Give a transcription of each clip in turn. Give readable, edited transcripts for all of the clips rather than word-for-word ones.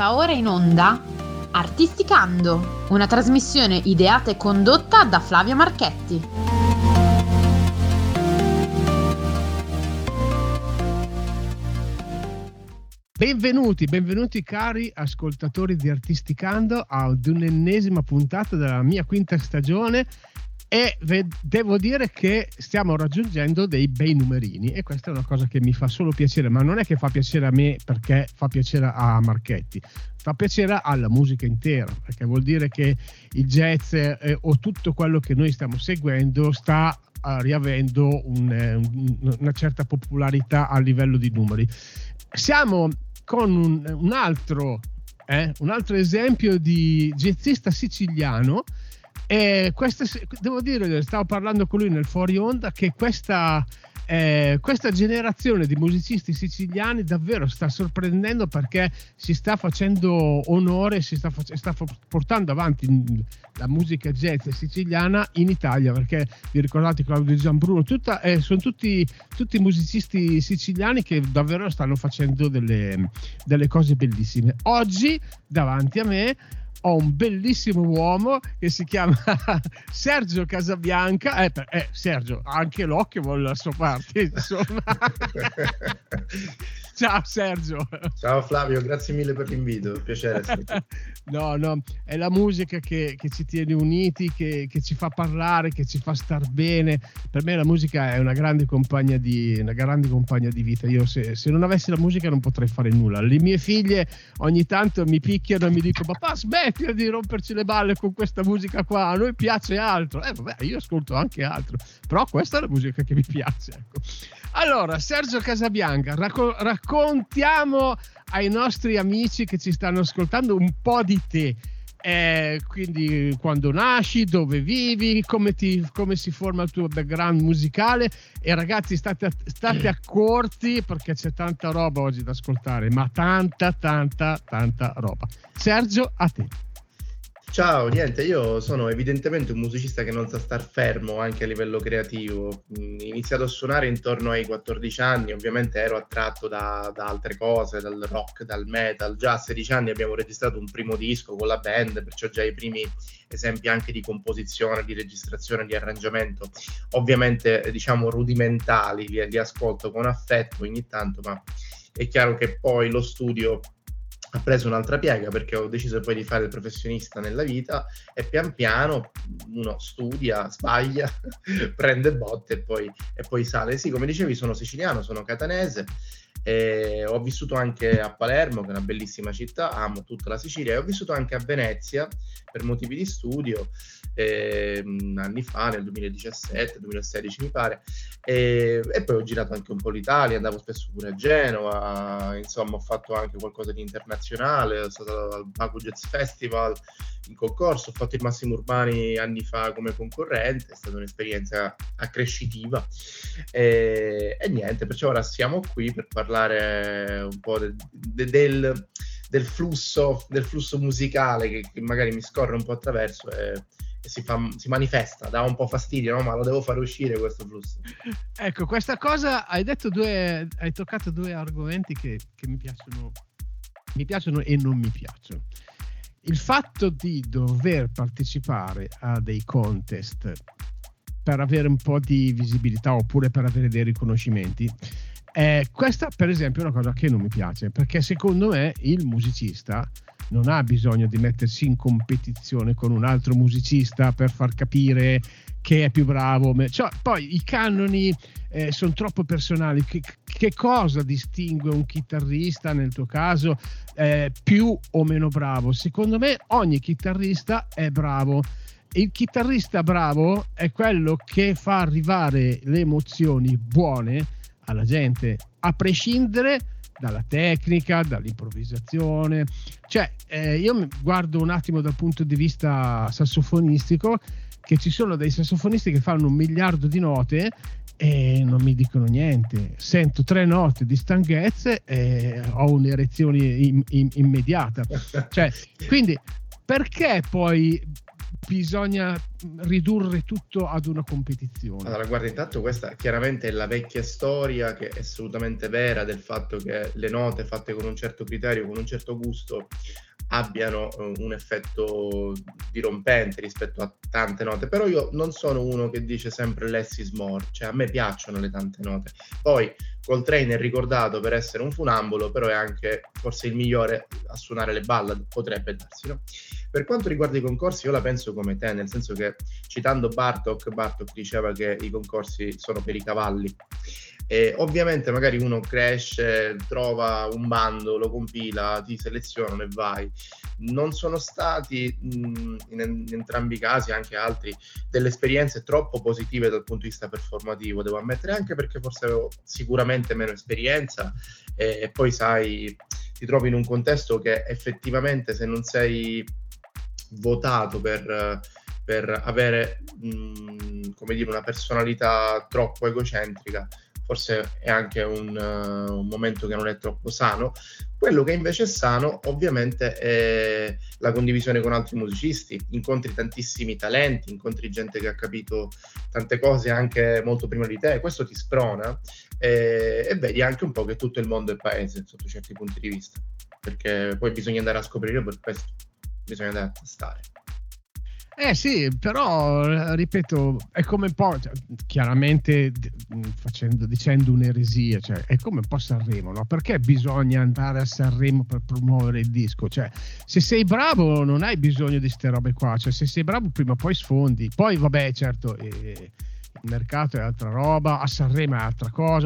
Va ora in onda Artisticando, una trasmissione ideata e condotta da Flavio Marchetti. Benvenuti cari ascoltatori di Artisticando ad un'ennesima puntata della mia quinta stagione e devo dire che stiamo raggiungendo dei bei numerini e questa è una cosa che mi fa solo piacere, ma non è che fa piacere a me perché fa piacere a Marchetti, fa piacere alla musica intera, perché vuol dire che il jazz o tutto quello che noi stiamo seguendo sta riavendo una certa popolarità a livello di numeri. Siamo con un altro esempio di jazzista siciliano. E devo dire, stavo parlando con lui nel fuori onda, che questa generazione di musicisti siciliani davvero sta sorprendendo, perché si sta facendo onore, sta portando avanti la musica jazz siciliana in Italia, perché vi ricordate Claudio Gianbruno, sono tutti musicisti siciliani che davvero stanno facendo delle cose bellissime. Oggi davanti a me ho un bellissimo uomo che si chiama Sergio Casabianca. Sergio, anche l'occhio vuole la sua parte, insomma. Ciao Sergio. Ciao Flavio, grazie mille per l'invito, piacere. No, è la musica che ci tiene uniti, che ci fa parlare, che ci fa star bene. Per me la musica è una grande compagna di vita. Io se non avessi la musica non potrei fare nulla. Le mie figlie ogni tanto mi picchiano e mi dicono: papà, smettila di romperci le balle con questa musica qua, a noi piace altro. Vabbè, io ascolto anche altro, però questa è la musica che mi piace, ecco. Allora, Sergio Casabianca, raccontiamo ai nostri amici che ci stanno ascoltando un po' di te. Quindi quando nasci, dove vivi, come si forma il tuo background musicale. E ragazzi, state accorti, perché c'è tanta roba oggi da ascoltare, ma tanta roba. Sergio, a te. Ciao, niente, io sono evidentemente un musicista che non sa star fermo anche a livello creativo. Ho iniziato a suonare intorno ai 14 anni, ovviamente ero attratto da altre cose, dal rock, dal metal. Già a 16 anni abbiamo registrato un primo disco con la band, perciò già i primi esempi anche di composizione, di registrazione, di arrangiamento, ovviamente diciamo rudimentali, li ascolto con affetto ogni tanto, ma è chiaro che poi lo studio ha preso un'altra piega, perché ho deciso poi di fare il professionista nella vita e pian piano uno studia, sbaglia, prende botte e poi sale. Sì, come dicevi, sono siciliano, sono catanese, ho vissuto anche a Palermo, che è una bellissima città, amo tutta la Sicilia, e ho vissuto anche a Venezia per motivi di studio anni fa, nel 2017-2016 mi pare, e poi ho girato anche un po' l'Italia, andavo spesso pure a Genova, insomma ho fatto anche qualcosa di internazionale, sono stato al Baku Jazz Festival in concorso, ho fatto il Massimo Urbani anni fa come concorrente, è stata un'esperienza accrescitiva e niente, perciò ora siamo qui per parlare un po' del flusso musicale che magari mi scorre un po' attraverso e si manifesta, dà un po' fastidio, no? Ma lo devo fare uscire questo flusso. Ecco, questa cosa hai toccato due argomenti che mi piacciono e non mi piacciono. Il fatto di dover partecipare a dei contest per avere un po' di visibilità oppure per avere dei riconoscimenti, questa per esempio è una cosa che non mi piace, perché secondo me il musicista non ha bisogno di mettersi in competizione con un altro musicista per far capire che è più bravo. Cioè, poi i canoni sono troppo personali. Che cosa distingue un chitarrista, nel tuo caso, più o meno bravo? Secondo me ogni chitarrista è bravo. Il chitarrista bravo è quello che fa arrivare le emozioni buone alla gente, a prescindere dalla tecnica, dall'improvvisazione. Cioè, io mi guardo un attimo dal punto di vista sassofonistico, che ci sono dei sassofonisti che fanno 1 miliardo di note e non mi dicono niente. Sento 3 note di stanchezze e ho un'erezione immediata. Cioè, quindi perché poi bisogna ridurre tutto ad una competizione? Allora, guarda, intanto questa chiaramente è la vecchia storia, che è assolutamente vera, del fatto che le note fatte con un certo criterio, con un certo gusto, abbiano un effetto dirompente rispetto a tante note. Però io non sono uno che dice sempre less is more, cioè a me piacciono le tante note. Poi Coltrane è ricordato per essere un funambolo, però è anche forse il migliore a suonare le ballad, potrebbe darsi, no? Per quanto riguarda i concorsi, io la penso come te, nel senso che, citando Bartók diceva che i concorsi sono per i cavalli. E ovviamente magari uno cresce, trova un bando, lo compila, ti selezionano e vai. Non sono stati in entrambi i casi, anche altri, delle esperienze troppo positive dal punto di vista performativo, devo ammettere, anche perché forse avevo sicuramente meno esperienza e poi sai, ti trovi in un contesto che effettivamente, se non sei votato per avere come dire, una personalità troppo egocentrica, forse è anche un momento che non è troppo sano. Quello che invece è sano ovviamente è la condivisione con altri musicisti, incontri tantissimi talenti, incontri gente che ha capito tante cose anche molto prima di te, questo ti sprona e vedi anche un po' che tutto il mondo è paese sotto certi punti di vista, perché poi bisogna andare a scoprire, per questo bisogna andare a testare. Sì, però ripeto, è come un po', cioè, chiaramente dicendo un'eresia, cioè è come un po' Sanremo, no? Perché bisogna andare a Sanremo per promuovere il disco? Cioè, se sei bravo non hai bisogno di ste robe qua, cioè se sei bravo prima o poi sfondi. Poi vabbè, certo, il mercato è altra roba, a Sanremo è altra cosa,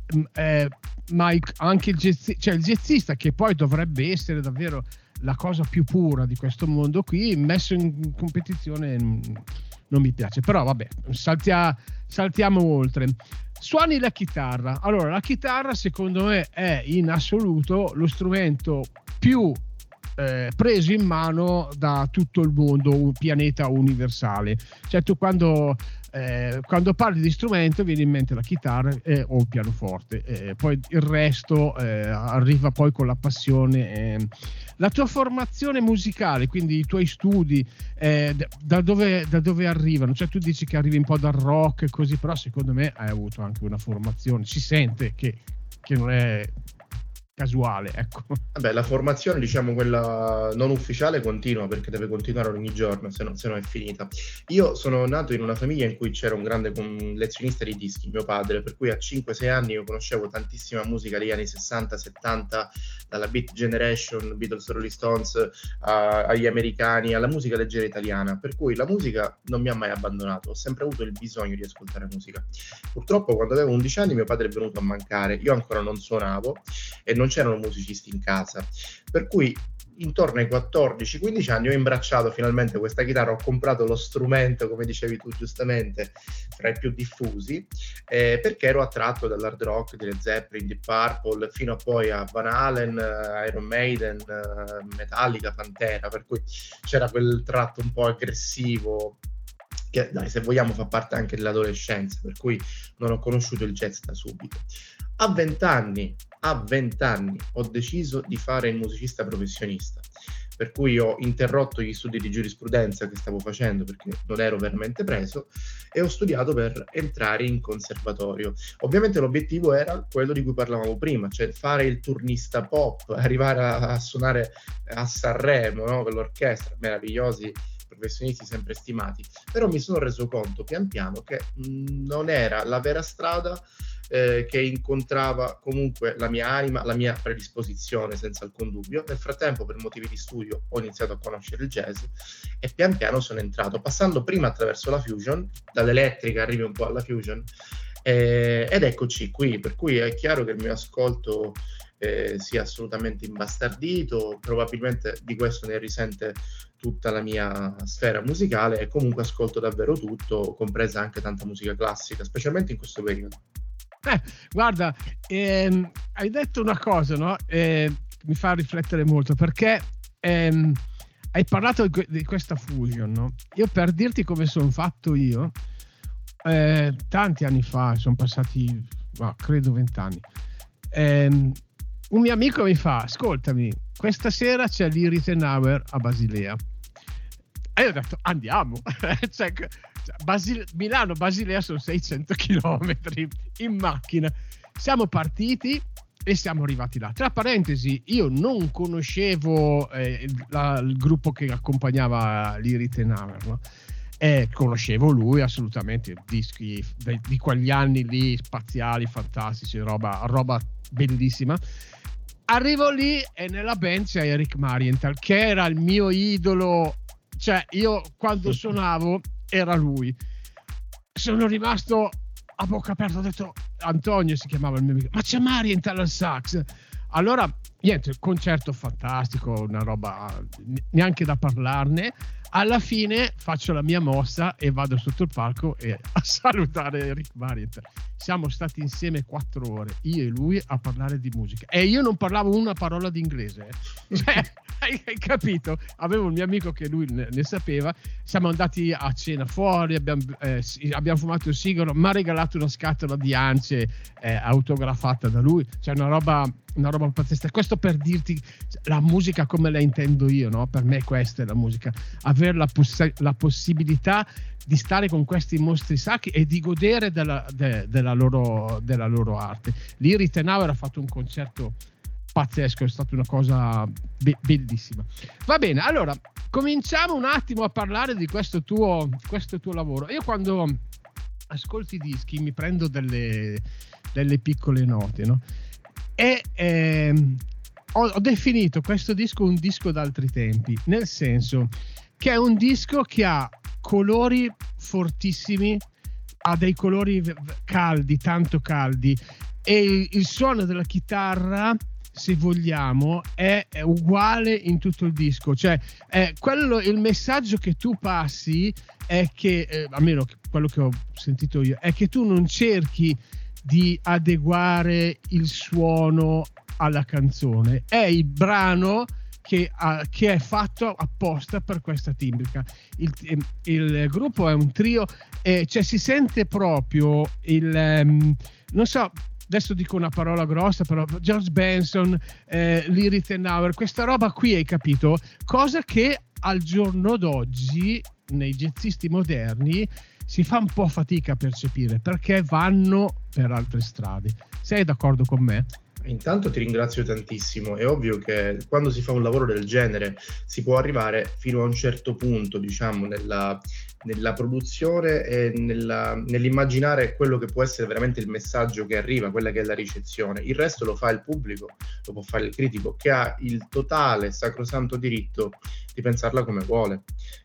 ma anche il jazzista, che poi dovrebbe essere davvero la cosa più pura di questo mondo qui, messo in competizione non mi piace. Però vabbè, saltiamo oltre. Suoni la chitarra. Allora, la chitarra secondo me è in assoluto lo strumento più preso in mano da tutto il mondo, un pianeta universale. Cioè tu quando parli di strumento viene in mente la chitarra o il pianoforte, poi il resto arriva poi con la passione. La tua formazione musicale, quindi i tuoi studi, da dove arrivano? Cioè tu dici che arrivi un po' dal rock e così, però secondo me hai avuto anche una formazione, si sente che non è casuale, ecco. Vabbè, la formazione, diciamo quella non ufficiale, continua, perché deve continuare ogni giorno, se no è finita. Io sono nato in una famiglia in cui c'era un grande collezionista di dischi, mio padre, per cui a 5-6 anni io conoscevo tantissima musica degli anni 60-70, dalla Beat Generation, Beatles, Rolling Stones, agli americani, alla musica leggera italiana, per cui la musica non mi ha mai abbandonato, ho sempre avuto il bisogno di ascoltare musica. Purtroppo quando avevo 11 anni mio padre è venuto a mancare, io ancora non suonavo e non c'erano musicisti in casa, per cui intorno ai 14-15 anni ho imbracciato finalmente questa chitarra, ho comprato lo strumento, come dicevi tu giustamente, fra i più diffusi, perché ero attratto dall'hard rock, di Led Zeppelin, di Purple, fino a poi a Van Halen, Iron Maiden, Metallica, Pantera, per cui c'era quel tratto un po' aggressivo che, dai, se vogliamo fa parte anche dell'adolescenza, per cui non ho conosciuto il jazz da subito. A 20 anni ho deciso di fare il musicista professionista, per cui ho interrotto gli studi di giurisprudenza che stavo facendo perché non ero veramente preso e ho studiato per entrare in conservatorio. Ovviamente l'obiettivo era quello di cui parlavamo prima, cioè fare il turnista pop, arrivare a suonare a Sanremo, no? Per l'orchestra, meravigliosi professionisti sempre stimati, però mi sono reso conto pian piano che non era la vera strada, che incontrava comunque la mia anima, la mia predisposizione, senza alcun dubbio. Nel frattempo, per motivi di studio, ho iniziato a conoscere il jazz e pian piano sono entrato, passando prima attraverso la fusion, dall'elettrica arrivi un po' alla fusion, ed eccoci qui, per cui è chiaro che il mio ascolto sia assolutamente imbastardito, probabilmente di questo ne risente tutta la mia sfera musicale, e comunque ascolto davvero tutto, compresa anche tanta musica classica, specialmente in questo periodo. Guarda, hai detto una cosa, no? Mi fa riflettere molto, perché hai parlato di questa fusion, no? Io, per dirti come sono fatto io, tanti anni fa, sono passati credo 20 anni, un mio amico mi fa: ascoltami, questa sera c'è l'Iritenauer a Basilea, E io ho detto andiamo. Cioè, Milano Basilea sono 600 chilometri in macchina. Siamo partiti e siamo arrivati là. Tra parentesi, io non conoscevo il gruppo che accompagnava l'Iritenaver, no? Conoscevo lui assolutamente, dischi di quegli anni lì spaziali, fantastici, roba bellissima. Arrivo lì e nella band c'è Eric Marienthal, che era il mio idolo, cioè io quando suonavo era lui. Sono rimasto a bocca aperta, ho detto, Antonio si chiamava il mio amico, ma c'è Marienthal al sax. Allora niente, concerto fantastico, una roba neanche da parlarne. Alla fine faccio la mia mossa e vado sotto il palco e a salutare Eric Marienthal. Siamo stati insieme 4 ore, io e lui, a parlare di musica, e io non parlavo una parola di inglese, cioè, hai capito? Avevo un mio amico che lui ne sapeva. Siamo andati a cena fuori, abbiamo fumato il sigaro, mi ha regalato una scatola di ance autografata da lui, cioè una roba pazzesca. Questo per dirti la musica come la intendo io, no? Per me questa è la musica, avere la possibilità di stare con questi mostri sacri e di godere della loro arte. Lì Rittenauer ha fatto un concerto pazzesco, è stata una cosa bellissima. Va bene, allora cominciamo un attimo a parlare di questo tuo lavoro. Io quando ascolti i dischi mi prendo delle piccole note, no? E ho definito questo disco un disco d'altri tempi, nel senso che è un disco che ha colori fortissimi, ha dei colori caldi, tanto caldi, e il suono della chitarra, se vogliamo, è uguale in tutto il disco. Cioè il messaggio che tu passi è che, almeno quello che ho sentito io, è che tu non cerchi di adeguare il suono alla canzone, è il brano che è fatto apposta per questa timbrica. Il gruppo è un trio, cioè si sente proprio non so, adesso dico una parola grossa, però George Benson, Lee Rittenauer, questa roba qui, hai capito? Cosa che al giorno d'oggi nei jazzisti moderni si fa un po' fatica a percepire, perché vanno per altre strade. Sei d'accordo con me? Intanto ti ringrazio tantissimo. È ovvio che quando si fa un lavoro del genere si può arrivare fino a un certo punto, diciamo, nella produzione e nell'immaginare quello che può essere veramente il messaggio che arriva, quella che è la ricezione. Il resto lo fa il pubblico, lo può fare il critico, che ha il totale sacrosanto diritto di pensarla come vuole.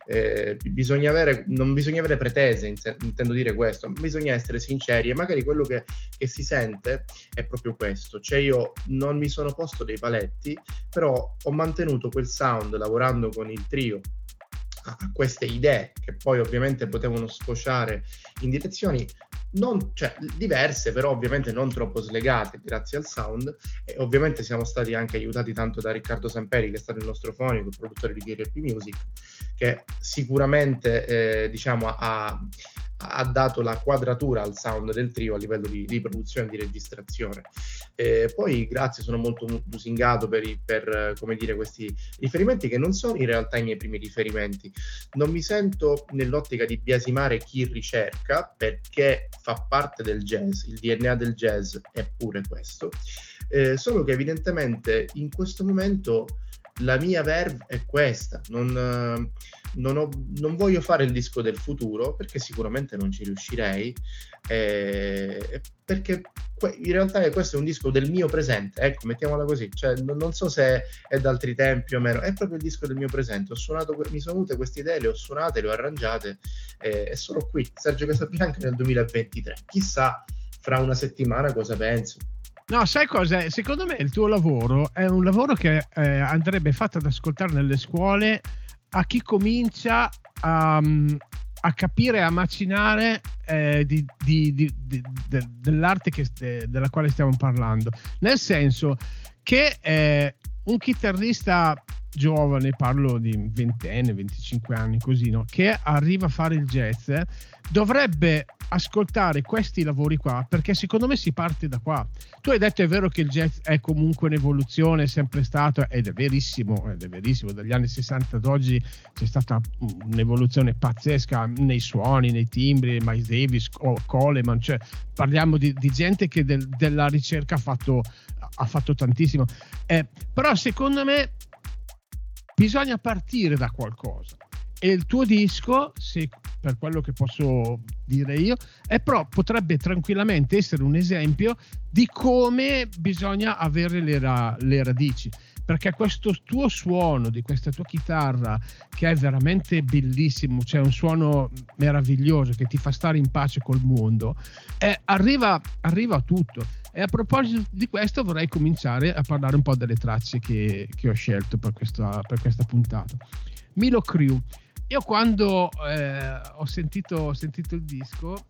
Non bisogna avere pretese, intendo dire questo, bisogna essere sinceri, e magari quello che si sente è proprio questo. Cioè, io non mi sono posto dei paletti, però ho mantenuto quel sound lavorando con il trio a queste idee che poi ovviamente potevano sfociare in direzioni diverse, però ovviamente non troppo slegate, grazie al sound. E ovviamente siamo stati anche aiutati tanto da Riccardo Samperi, che è stato il nostro fonico, il produttore di KRP Music, che sicuramente ha dato la quadratura al sound del trio a livello di produzione e di registrazione. Poi grazie, sono molto lusingato per come dire, questi riferimenti che non sono in realtà i miei primi riferimenti. Non mi sento nell'ottica di biasimare chi ricerca, perché fa parte del jazz, il DNA del jazz è pure questo, solo che evidentemente in questo momento la mia verve è questa. Non voglio fare il disco del futuro, perché sicuramente non ci riuscirei, perché in realtà questo è un disco del mio presente, ecco, mettiamola così. Cioè, non so se è d'altri tempi o meno, è proprio il disco del mio presente. Mi sono venute queste idee, le ho suonate, le ho arrangiate, e sono qui, Sergio Casabianca nel 2023. Chissà fra una settimana cosa penso. No, sai cos'è? Secondo me il tuo lavoro è un lavoro che andrebbe fatto ad ascoltare nelle scuole a chi comincia a capire, a macinare dell'arte della quale stiamo parlando. Nel senso che un chitarrista giovane, parlo di 20enne, 25 anni così, no? Che arriva a fare il jazz, dovrebbe ascoltare questi lavori qua, perché secondo me si parte da qua. Tu hai detto è vero che il jazz è comunque un'evoluzione, è sempre stato, ed è verissimo, dagli anni 60 ad oggi c'è stata un'evoluzione pazzesca nei suoni, nei timbri, Miles Davis, Coleman, cioè parliamo di gente che della ricerca ha fatto tantissimo, però secondo me bisogna partire da qualcosa, e il tuo disco, se per quello che posso dire io, potrebbe tranquillamente essere un esempio di come bisogna avere le radici, perché questo tuo suono di questa tua chitarra, che è veramente bellissimo, cioè un suono meraviglioso che ti fa stare in pace col mondo, arriva a tutto. E a proposito di questo vorrei cominciare a parlare un po' delle tracce che ho scelto per questa puntata. Milo Crew. Io quando ho sentito il disco,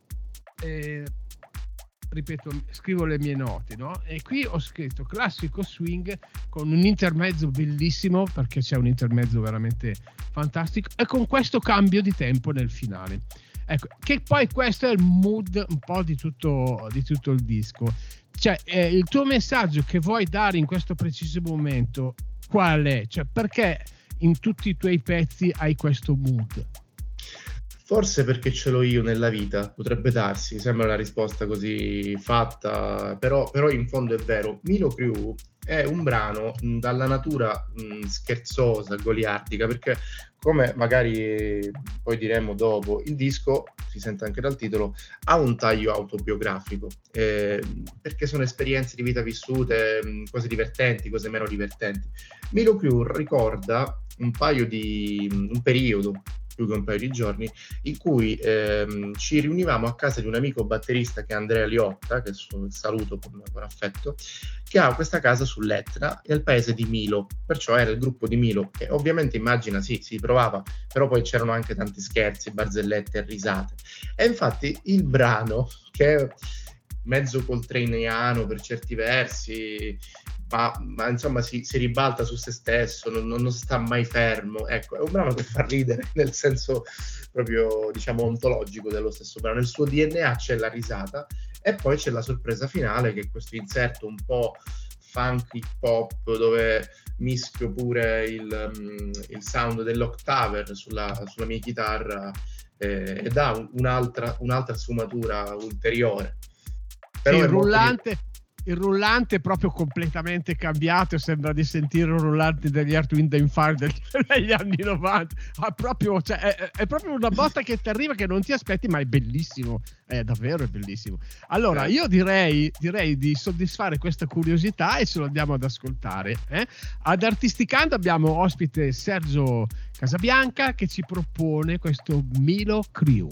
ripeto, scrivo le mie note, no? E qui ho scritto classico swing con un intermezzo bellissimo, perché c'è un intermezzo veramente fantastico, e con questo cambio di tempo nel finale. Ecco, che poi questo è il mood un po' di tutto il disco. Cioè, il tuo messaggio che vuoi dare in questo preciso momento qual è? Cioè, perché in tutti i tuoi pezzi hai questo mood? Forse perché ce l'ho io nella vita, potrebbe darsi, sembra una risposta così fatta, però in fondo è vero. Milo Crew è un brano dalla natura scherzosa, goliardica, perché come magari poi diremo dopo, il disco, si sente anche dal titolo, ha un taglio autobiografico, perché sono esperienze di vita vissute, cose divertenti, cose meno divertenti. Milo Crew ricorda un periodo, più che un paio di giorni, in cui ci riunivamo a casa di un amico batterista che è Andrea Liotta, che saluto con affetto, che ha questa casa sull'Etna nel paese di Milo, perciò era il gruppo di Milo, che ovviamente immagina si provava, però poi c'erano anche tanti scherzi, barzellette e risate. E infatti il brano, che è mezzo coltraneano per certi versi, ma insomma si ribalta su se stesso, non sta mai fermo. Ecco, è un brano che fa ridere nel senso proprio, diciamo, ontologico dello stesso brano. Nel suo DNA c'è la risata, e poi c'è la sorpresa finale, che è questo inserto un po' funk hip hop, dove mischio pure il sound dell'octaver sulla mia chitarra, e dà un'altra sfumatura ulteriore. Però il rullante è proprio completamente cambiato, sembra di sentire il rullante degli Earth, Wind & Fire degli anni 90. È proprio una botta che ti arriva, che non ti aspetti, ma è bellissimo, è davvero bellissimo. Allora io direi di soddisfare questa curiosità e ce lo andiamo ad ascoltare. Ad Artisticando abbiamo ospite Sergio Casabianca, che ci propone questo Milo Crew.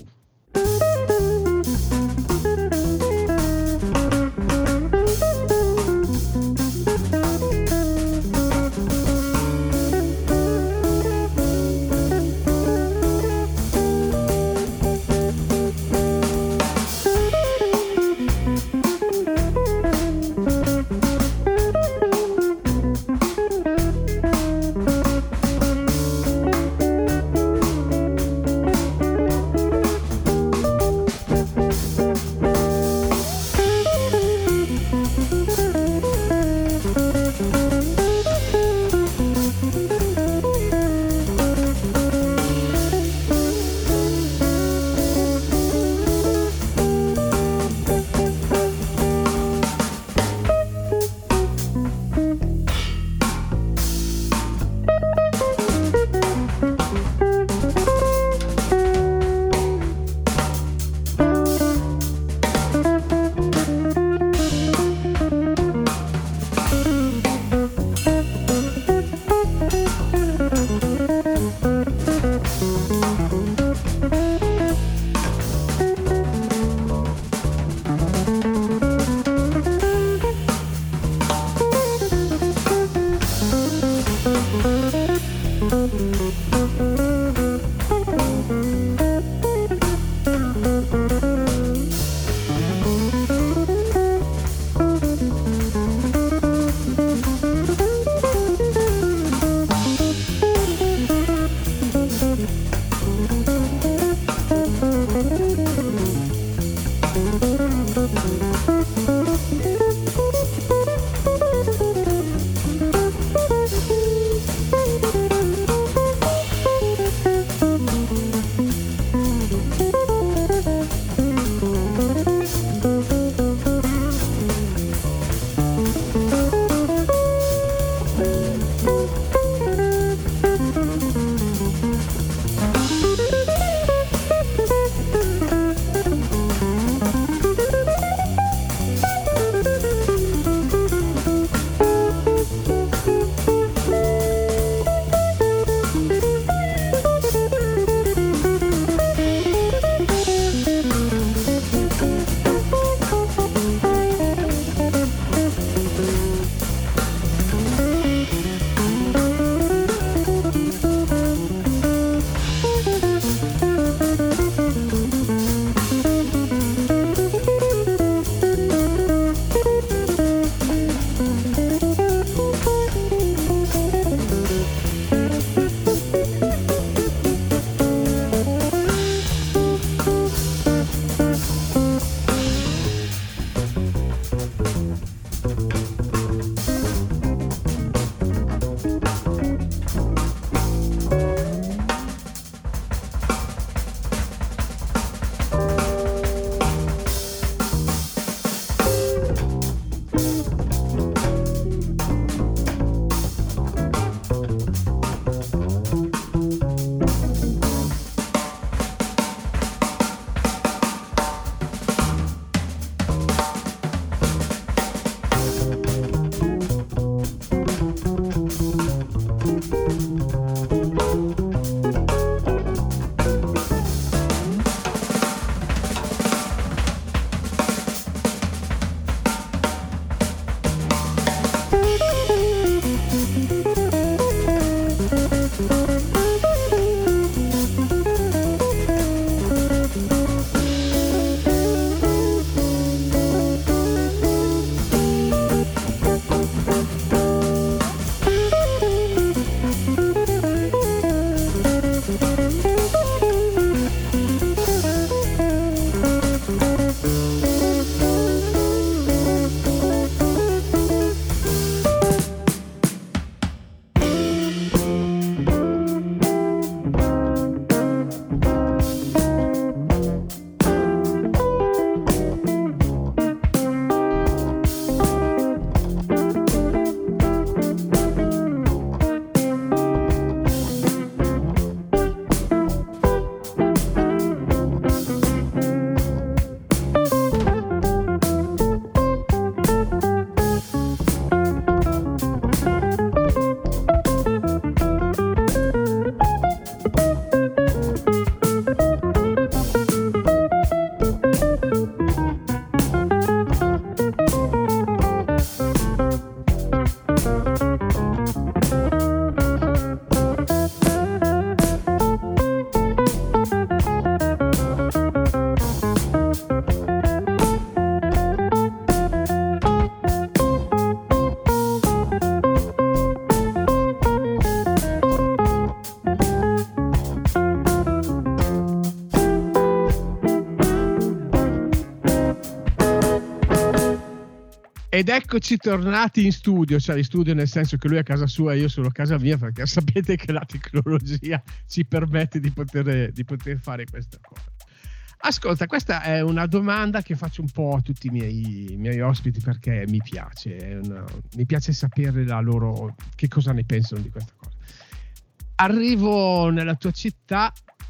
Ed eccoci tornati in studio, cioè in studio nel senso che lui è a casa sua e io sono a casa mia, perché sapete che la tecnologia ci permette di poter fare questa cosa. Ascolta, questa è una domanda che faccio un po' a tutti i miei ospiti, perché mi piace sapere che cosa ne pensano di questa cosa. Arrivo nella tua città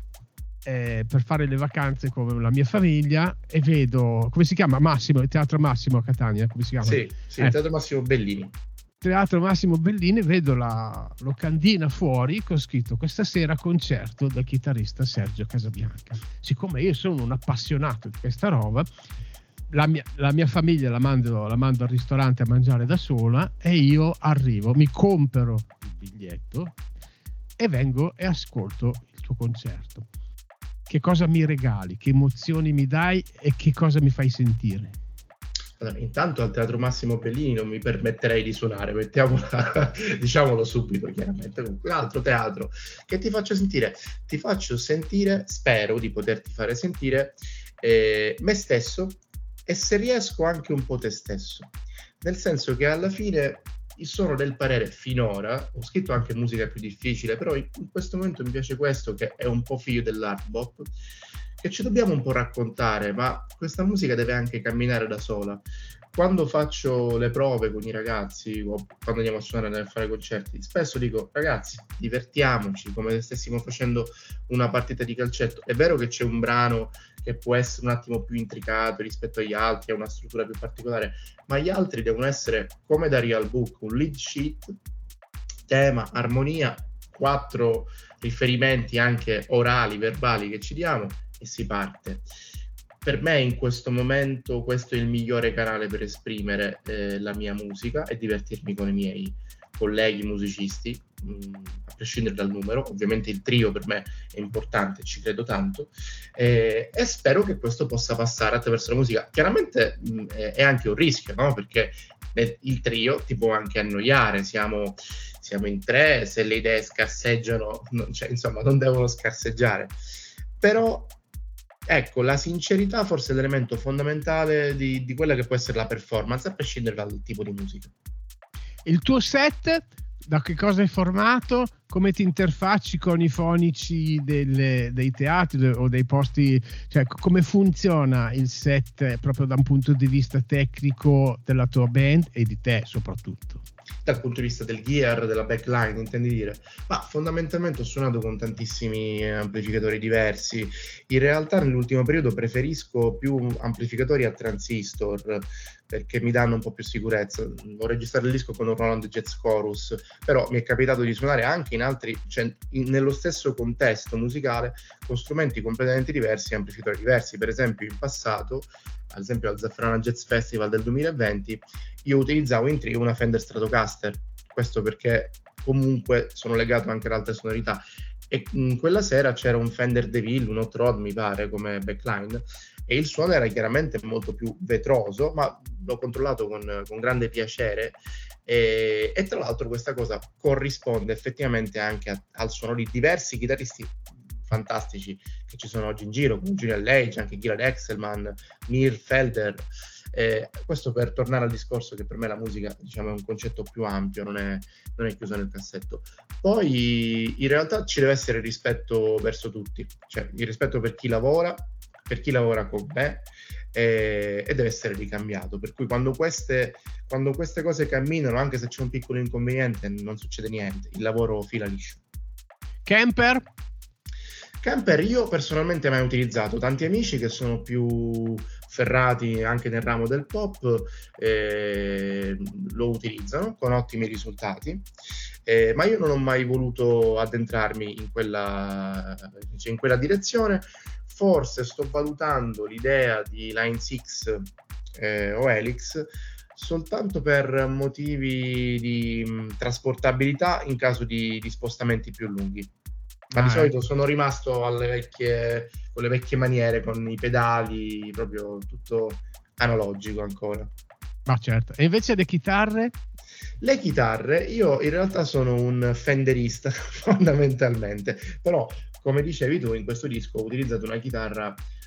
per fare le vacanze con la mia famiglia e vedo, come si chiama? Massimo, il Teatro Massimo a Catania, come si chiama? Sì, il Teatro Massimo Bellini. Teatro Massimo Bellini, vedo la locandina fuori con scritto: questa sera concerto del chitarrista Sergio Casabianca. Siccome io sono un appassionato di questa roba, la mia famiglia la mando al ristorante a mangiare da sola e io arrivo, mi compro il biglietto e vengo e ascolto il tuo concerto. Che cosa mi regali, che emozioni mi dai e che cosa mi fai sentire? Allora, intanto al Teatro Massimo Bellini non mi permetterei di suonare, diciamolo subito chiaramente. Comunque, un altro teatro che ti faccio sentire, spero di poterti fare sentire me stesso, e se riesco anche un po' te stesso, nel senso che alla fine sono del parere, finora ho scritto anche musica più difficile, però in questo momento mi piace questo, che è un po' figlio dell'hard bop, che ci dobbiamo un po' raccontare, ma questa musica deve anche camminare da sola. Quando faccio le prove con i ragazzi o quando andiamo a suonare e fare concerti, spesso dico: ragazzi, divertiamoci come se stessimo facendo una partita di calcetto. È vero che c'è un brano che può essere un attimo più intricato rispetto agli altri, ha una struttura più particolare, ma gli altri devono essere come da real book, un lead sheet, tema, armonia, 4 riferimenti anche orali, verbali che ci diamo e si parte. Per me in questo momento questo è il migliore canale per esprimere la mia musica e divertirmi con i miei colleghi musicisti, a prescindere dal numero. Ovviamente il trio per me è importante, ci credo tanto, e spero che questo possa passare attraverso la musica. Chiaramente è anche un rischio, no? Perché il trio ti può anche annoiare, siamo in 3, se le idee scarseggiano, non devono scarseggiare, però ecco, la sincerità forse è l'elemento fondamentale di quella che può essere la performance, a prescindere dal tipo di musica. Il tuo set da che cosa è formato? Come ti interfacci con i fonici dei teatri o dei posti? Cioè, come funziona il set proprio da un punto di vista tecnico della tua band e di te soprattutto? Dal punto di vista del gear, della backline, intendi dire? Ma fondamentalmente ho suonato con tantissimi amplificatori diversi. In realtà nell'ultimo periodo preferisco più amplificatori a transistor, perché mi danno un po' più sicurezza. Ho registrato il disco con un Roland Jazz Chorus, però mi è capitato di suonare anche in altri, nello stesso contesto musicale, con strumenti completamente diversi e amplificatori diversi. Per esempio in passato, ad esempio al Zafferana Jazz Festival del 2020, io utilizzavo in trio una Fender Stratocaster, questo perché comunque sono legato anche ad altre sonorità, e quella sera c'era un Fender DeVille, un Hot Rod mi pare come backline, e il suono era chiaramente molto più vetroso, ma l'ho controllato con grande piacere, e tra l'altro questa cosa corrisponde effettivamente anche al suono di diversi chitarristi fantastici che ci sono oggi in giro, come Julian Lage, anche Gilad Excelman, Mir Felder. Questo per tornare al discorso che per me la musica, diciamo, è un concetto più ampio, non è chiuso nel cassetto. Poi in realtà ci deve essere rispetto verso tutti, cioè il rispetto per chi lavora con me, e deve essere ricambiato, per cui quando queste cose camminano, anche se c'è un piccolo inconveniente, non succede niente, il lavoro fila liscio. Camper io personalmente mai utilizzato, tanti amici che sono più ferrati anche nel ramo del pop lo utilizzano con ottimi risultati, ma io non ho mai voluto addentrarmi in quella direzione. Forse sto valutando l'idea di Line 6 o Helix soltanto per motivi di trasportabilità in caso di spostamenti più lunghi. Ma di solito sono rimasto con le vecchie maniere, con i pedali, proprio tutto analogico ancora. Ma certo. E invece le chitarre? Le chitarre, io in realtà sono un fenderista fondamentalmente, però come dicevi tu, in questo disco ho utilizzato una chitarra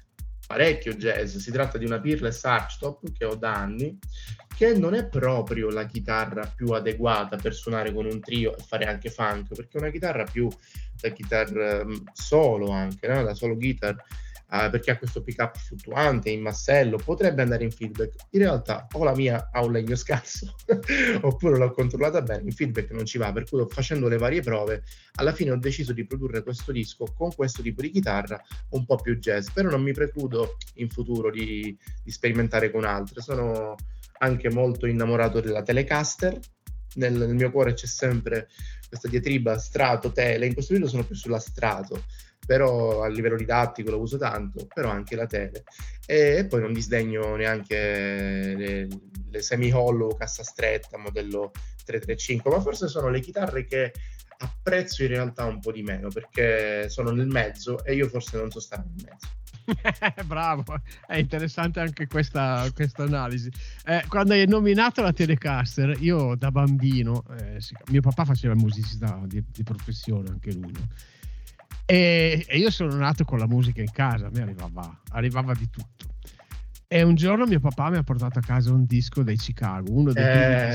parecchio jazz. Si tratta di una Peerless Archtop che ho da anni, che non è proprio la chitarra più adeguata per suonare con un trio e fare anche funk, perché è una chitarra più da chitarra solo anche, no? Da solo guitar, perché ha questo pick up fluttuante in massello, potrebbe andare in feedback. In realtà o la mia ha un legno scarso oppure l'ho controllata bene, in feedback non ci va, per cui facendo le varie prove alla fine ho deciso di produrre questo disco con questo tipo di chitarra un po' più jazz, però non mi precludo in futuro di sperimentare con altre. Sono anche molto innamorato della Telecaster, nel mio cuore c'è sempre questa diatriba Strato, Tele. In questo video sono più sulla Strato, però a livello didattico lo uso tanto, però anche la Tele. E poi non disdegno neanche le semi-hollow cassa stretta modello 335, ma forse sono le chitarre che apprezzo in realtà un po' di meno, perché sono nel mezzo e io forse non so stare nel mezzo. Bravo, è interessante anche questa analisi. Quando hai nominato la Telecaster, io da bambino, mio papà faceva il musicista di professione, anche lui, no? E io sono nato con la musica in casa, a me arrivava di tutto. E un giorno mio papà mi ha portato a casa un disco dei Chicago, uno dei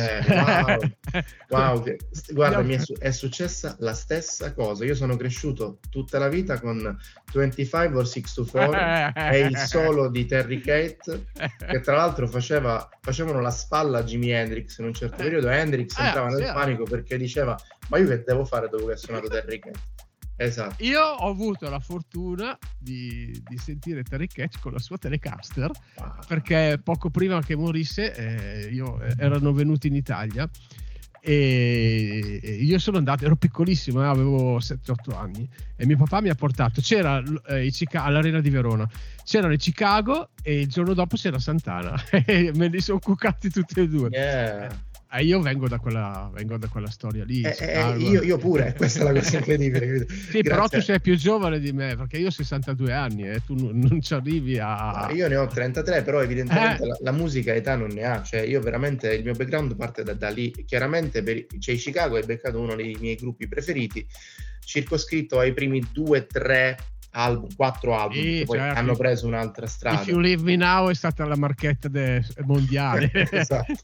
wow. Guarda, mi è successa la stessa cosa. Io sono cresciuto tutta la vita con 25 or 624 e il solo di Terry Kate, che tra l'altro facevano la spalla a Jimi Hendrix in un certo periodo. Hendrix entrava nel panico perché diceva: ma io che devo fare dopo che ha suonato Terry Kate? Esatto. Io ho avuto la fortuna di sentire Terry Catch con la sua Telecaster, perché poco prima che morisse erano venuti in Italia e io sono andato, ero piccolissimo, avevo 7-8 anni, e mio papà mi ha portato, c'era all'Arena di Verona, c'erano i Chicago e il giorno dopo c'era Santana e me li sono cuccati tutti e due. Io vengo da quella storia lì. Io pure, questa è la cosa incredibile. Sì, però tu sei più giovane di me, perché io ho 62 anni e tu non ci arrivi a... Io ne ho 33, però evidentemente la musica età non ne ha. Cioè io veramente, il mio background parte da lì. Chiaramente i Chicago hai beccato uno dei miei gruppi preferiti, circoscritto ai primi 2-3 album, 4 album, che poi hanno preso un'altra strada. If You Leave Me Now è stata la marchetta mondiale. Esatto.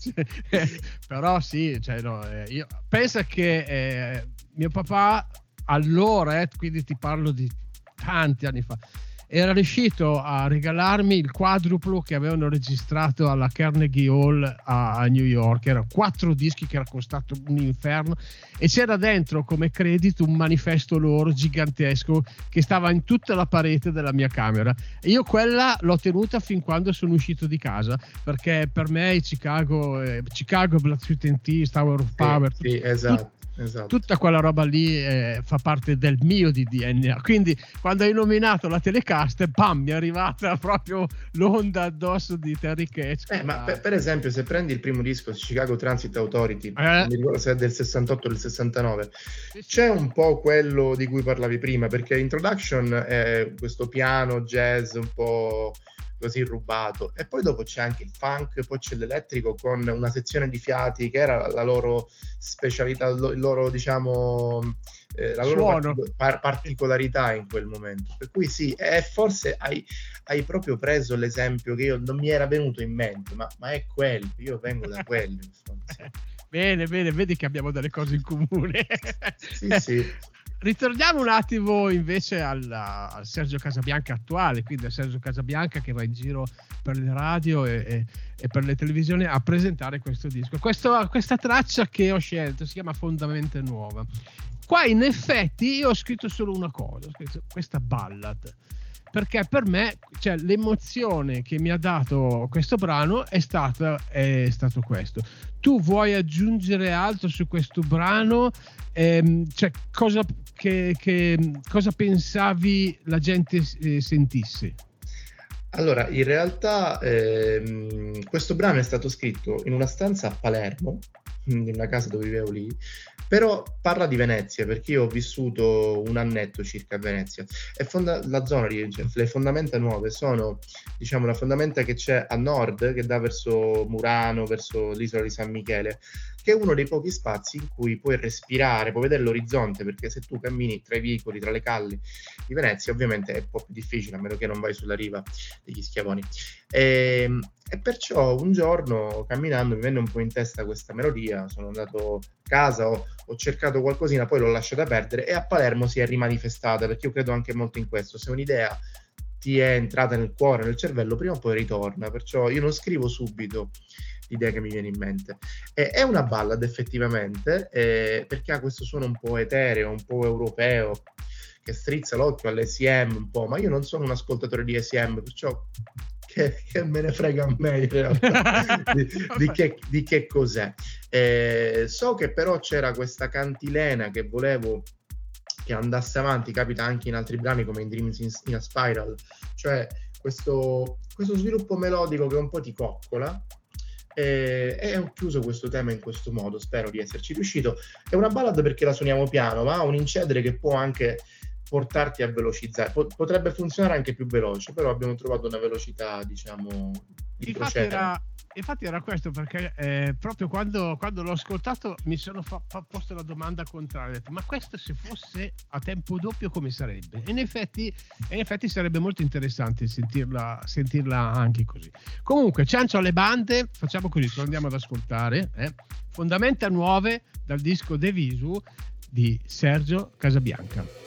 Però sì, io penso che mio papà allora, quindi ti parlo di tanti anni fa, era riuscito a regalarmi il quadruplo che avevano registrato alla Carnegie Hall a New York. Erano 4 dischi che era costato un inferno e c'era dentro come credito un manifesto loro gigantesco che stava in tutta la parete della mia camera, e io quella l'ho tenuta fin quando sono uscito di casa, perché per me i Chicago, Black Sweet and Tea, Tower of Power, sì, esatto. Tutta quella roba lì fa parte del mio di DNA. Quindi quando hai nominato la Telecaster, bam, mi è arrivata proprio l'onda addosso di Terry Catch. Ma per esempio, se prendi il primo disco, Chicago Transit Authority, non mi ricordo se è del 68 o del 69, c'è un po' quello di cui parlavi prima, perché Introduction è questo piano jazz un po' così rubato, e poi dopo c'è anche il funk, poi c'è l'elettrico con una sezione di fiati che era la loro specialità, il loro, diciamo, la loro particolarità in quel momento. Per cui sì, forse hai proprio preso l'esempio che io non mi era venuto in mente, ma è quello, io vengo da quello, insomma, sì. Bene, vedi che abbiamo delle cose in comune. Sì. Ritorniamo un attimo invece al Sergio Casabianca attuale, quindi a Sergio Casabianca che va in giro per le radio e per le televisioni a presentare questo disco. Questa traccia che ho scelto si chiama Fondamente Nuova. Qua in effetti io ho scritto solo una cosa, questa ballad, perché per me, cioè, l'emozione che mi ha dato questo brano è stato questo. Tu vuoi aggiungere altro su questo brano? Cioè, cosa pensavi la gente sentisse? Allora, in realtà questo brano è stato scritto in una stanza a Palermo, in una casa dove vivevo lì, però parla di Venezia, perché io ho vissuto un annetto circa a Venezia, e la zona lì, cioè, le fondamenta nuove sono, diciamo, la fondamenta che c'è a nord, che dà verso Murano, verso l'isola di San Michele, che è uno dei pochi spazi in cui puoi respirare, puoi vedere l'orizzonte, perché se tu cammini tra i vicoli, tra le calli di Venezia, ovviamente è un po' più difficile, a meno che non vai sulla riva degli Schiavoni. E perciò un giorno, camminando, mi venne un po' in testa questa melodia, sono andato a casa, ho cercato qualcosina, poi l'ho lasciata perdere, e a Palermo si è rimanifestata, perché io credo anche molto in questo: se un'idea ti è entrata nel cuore, nel cervello, prima o poi ritorna. Perciò io non scrivo subito l'idea che mi viene in mente. È una ballad effettivamente, perché ha questo suono un po' etereo, un po' europeo, che strizza l'occhio all'ECM un po', ma io non sono un ascoltatore di ECM, perciò che me ne frega a me in realtà di che cos'è. So che però c'era questa cantilena che volevo che andasse avanti, capita anche in altri brani come in Dreams in a Spiral, cioè questo sviluppo melodico che un po' ti coccola, e ho chiuso questo tema in questo modo, spero di esserci riuscito. È una ballad perché la suoniamo piano, ma ha un incedere che può anche portarti a velocizzare, potrebbe funzionare anche più veloce, però abbiamo trovato una velocità, diciamo, di procedere. Infatti era questo, perché proprio quando l'ho ascoltato mi sono posto la domanda contraria, ho detto, ma questo se fosse a tempo doppio come sarebbe? E in effetti sarebbe molto interessante sentirla anche così. Comunque, ciancio alle bande, facciamo così, lo andiamo ad ascoltare, Fondamenta nuove dal disco De Visu di Sergio Casabianca.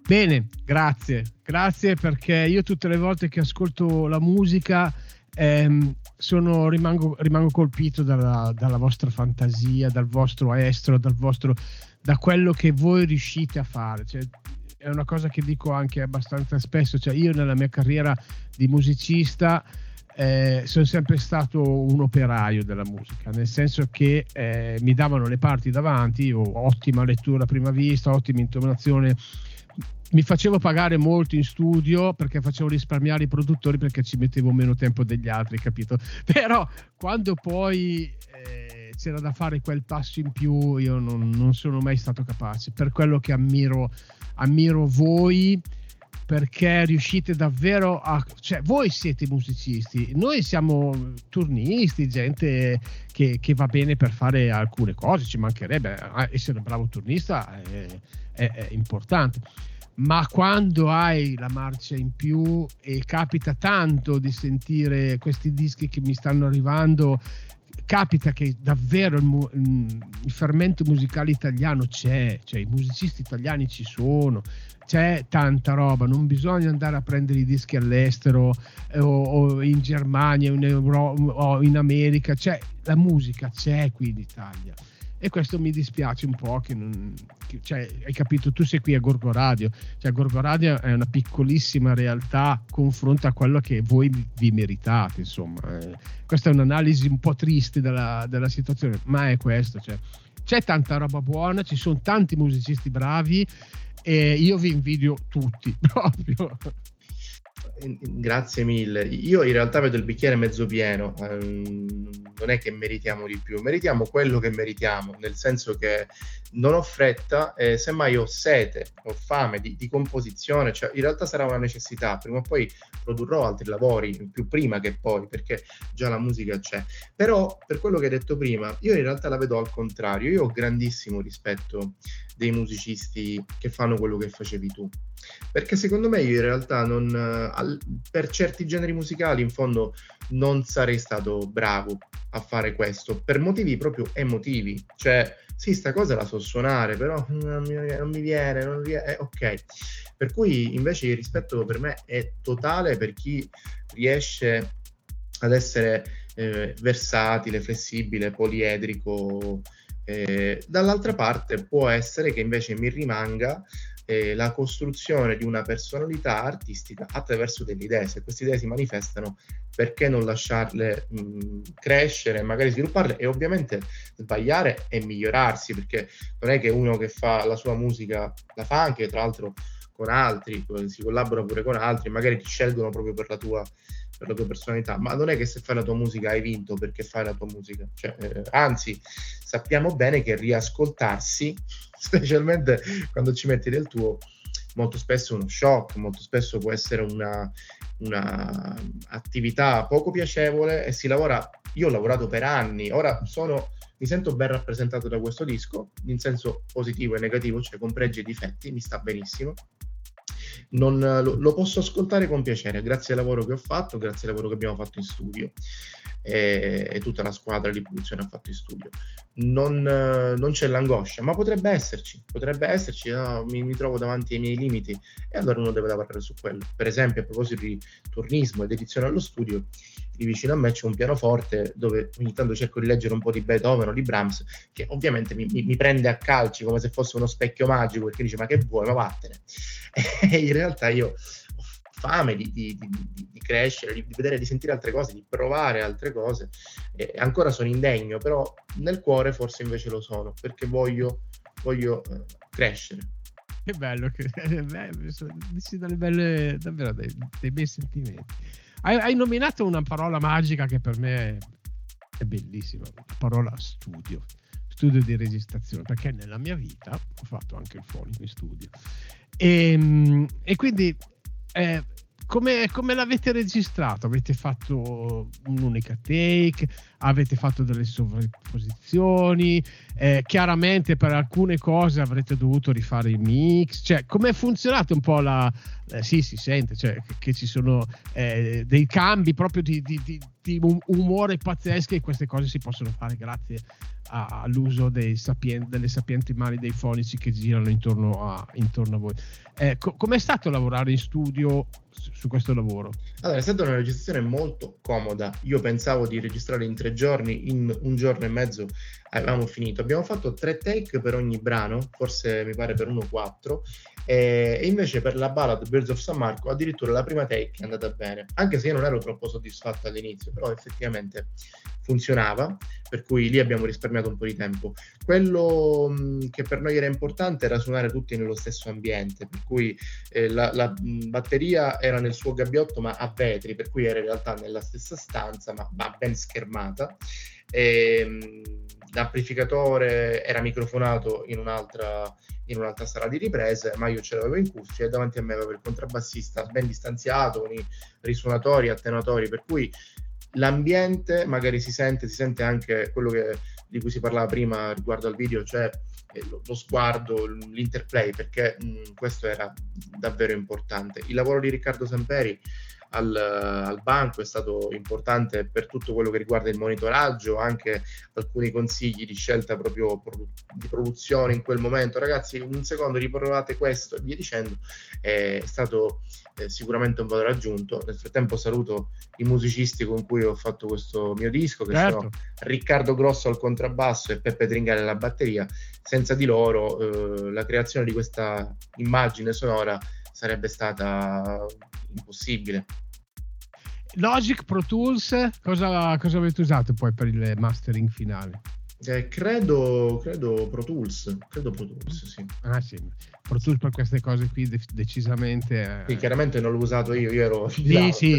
Bene, grazie perché io tutte le volte che ascolto la musica rimango colpito dalla vostra fantasia, dal vostro estro, da quello che voi riuscite a fare. Cioè, è una cosa che dico anche abbastanza spesso, cioè io nella mia carriera di musicista sono sempre stato un operaio della musica, nel senso che mi davano le parti davanti, ottima lettura a prima vista, ottima intonazione, mi facevo pagare molto in studio perché facevo risparmiare i produttori perché ci mettevo meno tempo degli altri, capito? Però quando poi c'era da fare quel passo in più io non sono mai stato capace, per quello che ammiro voi, perché riuscite davvero cioè voi siete musicisti, noi siamo turnisti, gente che va bene per fare alcune cose, ci mancherebbe, essere bravo turnista è importante, ma quando hai la marcia in più, e capita tanto di sentire questi dischi che mi stanno arrivando, capita che davvero il fermento musicale italiano c'è, cioè i musicisti italiani ci sono, c'è tanta roba, non bisogna andare a prendere i dischi all'estero o in Germania o in America, cioè la musica c'è qui in Italia. E questo mi dispiace un po' cioè, hai capito, tu sei qui a Gorgo Radio, cioè Gorgo Radio è una piccolissima realtà confronto a quello che voi vi meritate, insomma. Questa è un'analisi un po' triste della situazione, ma è questo, cioè c'è tanta roba buona, ci sono tanti musicisti bravi e io vi invidio tutti proprio. Grazie mille. Io in realtà vedo il bicchiere mezzo pieno, non è che meritiamo di più, meritiamo quello che meritiamo, nel senso che non ho fretta, semmai ho sete, ho fame di composizione, cioè in realtà sarà una necessità, prima o poi produrrò altri lavori, più prima che poi, perché già la musica c'è. Però per quello che hai detto prima, io in realtà la vedo al contrario, io ho grandissimo rispetto dei musicisti che fanno quello che facevi tu, perché secondo me io in realtà per certi generi musicali in fondo non sarei stato bravo a fare questo, per motivi proprio emotivi, cioè sì, sta cosa la so suonare, però non mi viene, ok, per cui invece il rispetto per me è totale per chi riesce ad essere versatile, flessibile, poliedrico. Dall'altra parte può essere che invece mi rimanga la costruzione di una personalità artistica attraverso delle idee. Se queste idee si manifestano, perché non lasciarle crescere, magari svilupparle e ovviamente sbagliare e migliorarsi, perché non è che uno che fa la sua musica la fa anche tra l'altro con altri, si collabora pure con altri, magari ti scelgono proprio per la tua personalità, ma non è che se fai la tua musica hai vinto perché fai la tua musica, cioè, anzi sappiamo bene che riascoltarsi, specialmente quando ci metti del tuo, molto spesso è uno shock, molto spesso può essere una attività poco piacevole e io ho lavorato per anni, ora mi sento ben rappresentato da questo disco, in senso positivo e negativo, cioè con pregi e difetti, mi sta benissimo. Lo posso ascoltare con piacere, grazie al lavoro che ho fatto, grazie al lavoro che abbiamo fatto in studio e tutta la squadra di produzione ha fatto in studio. Non c'è l'angoscia, ma potrebbe esserci, no? Mi trovo davanti ai miei limiti e allora uno deve lavorare su quello. Per esempio, a proposito di turnismo ed edizione allo studio, lì vicino a me c'è un pianoforte dove ogni tanto cerco di leggere un po' di Beethoven o di Brahms, che ovviamente mi prende a calci come se fosse uno specchio magico, perché dice ma che vuoi, ma vattene. E in realtà io ho fame di crescere, di vedere, di sentire altre cose, di provare altre cose, e ancora sono indegno, però nel cuore forse invece lo sono, perché voglio crescere. Che bello, dici davvero dei bei sentimenti. Hai nominato una parola magica che per me è bellissima, la parola studio di registrazione, perché nella mia vita ho fatto anche il fonico in studio e quindi come l'avete registrato? Avete fatto un'unica take? Avete fatto delle sovrapposizioni? Chiaramente per alcune cose avrete dovuto rifare il mix, cioè come è funzionato un po' sì, si sente, cioè che ci sono dei cambi proprio di umore pazzeschi, e queste cose si possono fare grazie all'uso delle sapienti mani dei fonici che girano intorno a voi. Com'è stato lavorare in studio su questo lavoro? Allora, è stata una registrazione molto comoda. Io pensavo di registrare in 3 giorni, in 1 giorno e mezzo avevamo finito. Abbiamo fatto 3 take per ogni brano, forse mi pare per 4, e invece per la ballad Birds of San Marco addirittura la prima take è andata bene, anche se io non ero troppo soddisfatto all'inizio, però effettivamente funzionava, per cui lì abbiamo risparmiato un po' di tempo. Quello che per noi era importante era suonare tutti nello stesso ambiente, per cui la batteria era nel suo gabbiotto ma a vetri, per cui era in realtà nella stessa stanza ma ben schermata. L'amplificatore era microfonato in un'altra sala di riprese, ma io ce l'avevo in cuffia e davanti a me avevo il contrabbassista ben distanziato con i risuonatori, attenuatori, per cui l'ambiente magari si sente anche quello di cui si parlava prima riguardo al video, cioè lo sguardo, l'interplay, perché questo era davvero importante. Il lavoro di Riccardo Samperi al banco è stato importante per tutto quello che riguarda il monitoraggio, anche alcuni consigli di scelta proprio di produzione in quel momento. Ragazzi, un secondo, riprovate questo e via dicendo. È stato sicuramente un valore aggiunto. Nel frattempo saluto i musicisti con cui ho fatto questo mio disco, che sono Riccardo Grosso al contrabbasso e Peppe Tringale alla batteria. Senza di loro la creazione di questa immagine sonora sarebbe stata impossibile. Logic, Pro Tools, cosa avete usato poi per il mastering finale? Credo Pro Tools, sì. Ah sì, Pro Tools per queste cose qui decisamente... Sì, chiaramente non l'ho usato io ero sì,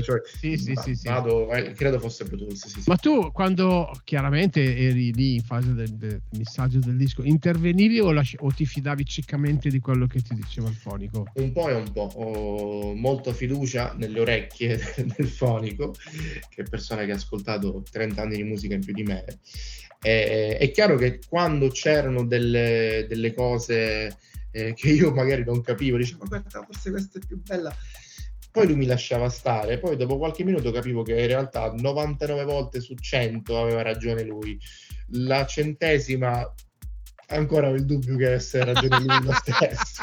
credo fosse Pro Tools, sì. Ma tu, quando chiaramente eri lì in fase del missaggio del disco, intervenivi o ti fidavi ciecamente di quello che ti diceva il fonico? Un po' e un po'. Ho molta fiducia nelle orecchie del fonico, che è persona che ha ascoltato 30 anni di musica in più di me. È chiaro che quando c'erano delle cose che io magari non capivo, dicevo guarda, forse questa è più bella, poi lui mi lasciava stare, poi dopo qualche minuto capivo che in realtà 99 volte su 100 aveva ragione lui, la 100ª ancora ho il dubbio che avesse ragione lui lo stesso.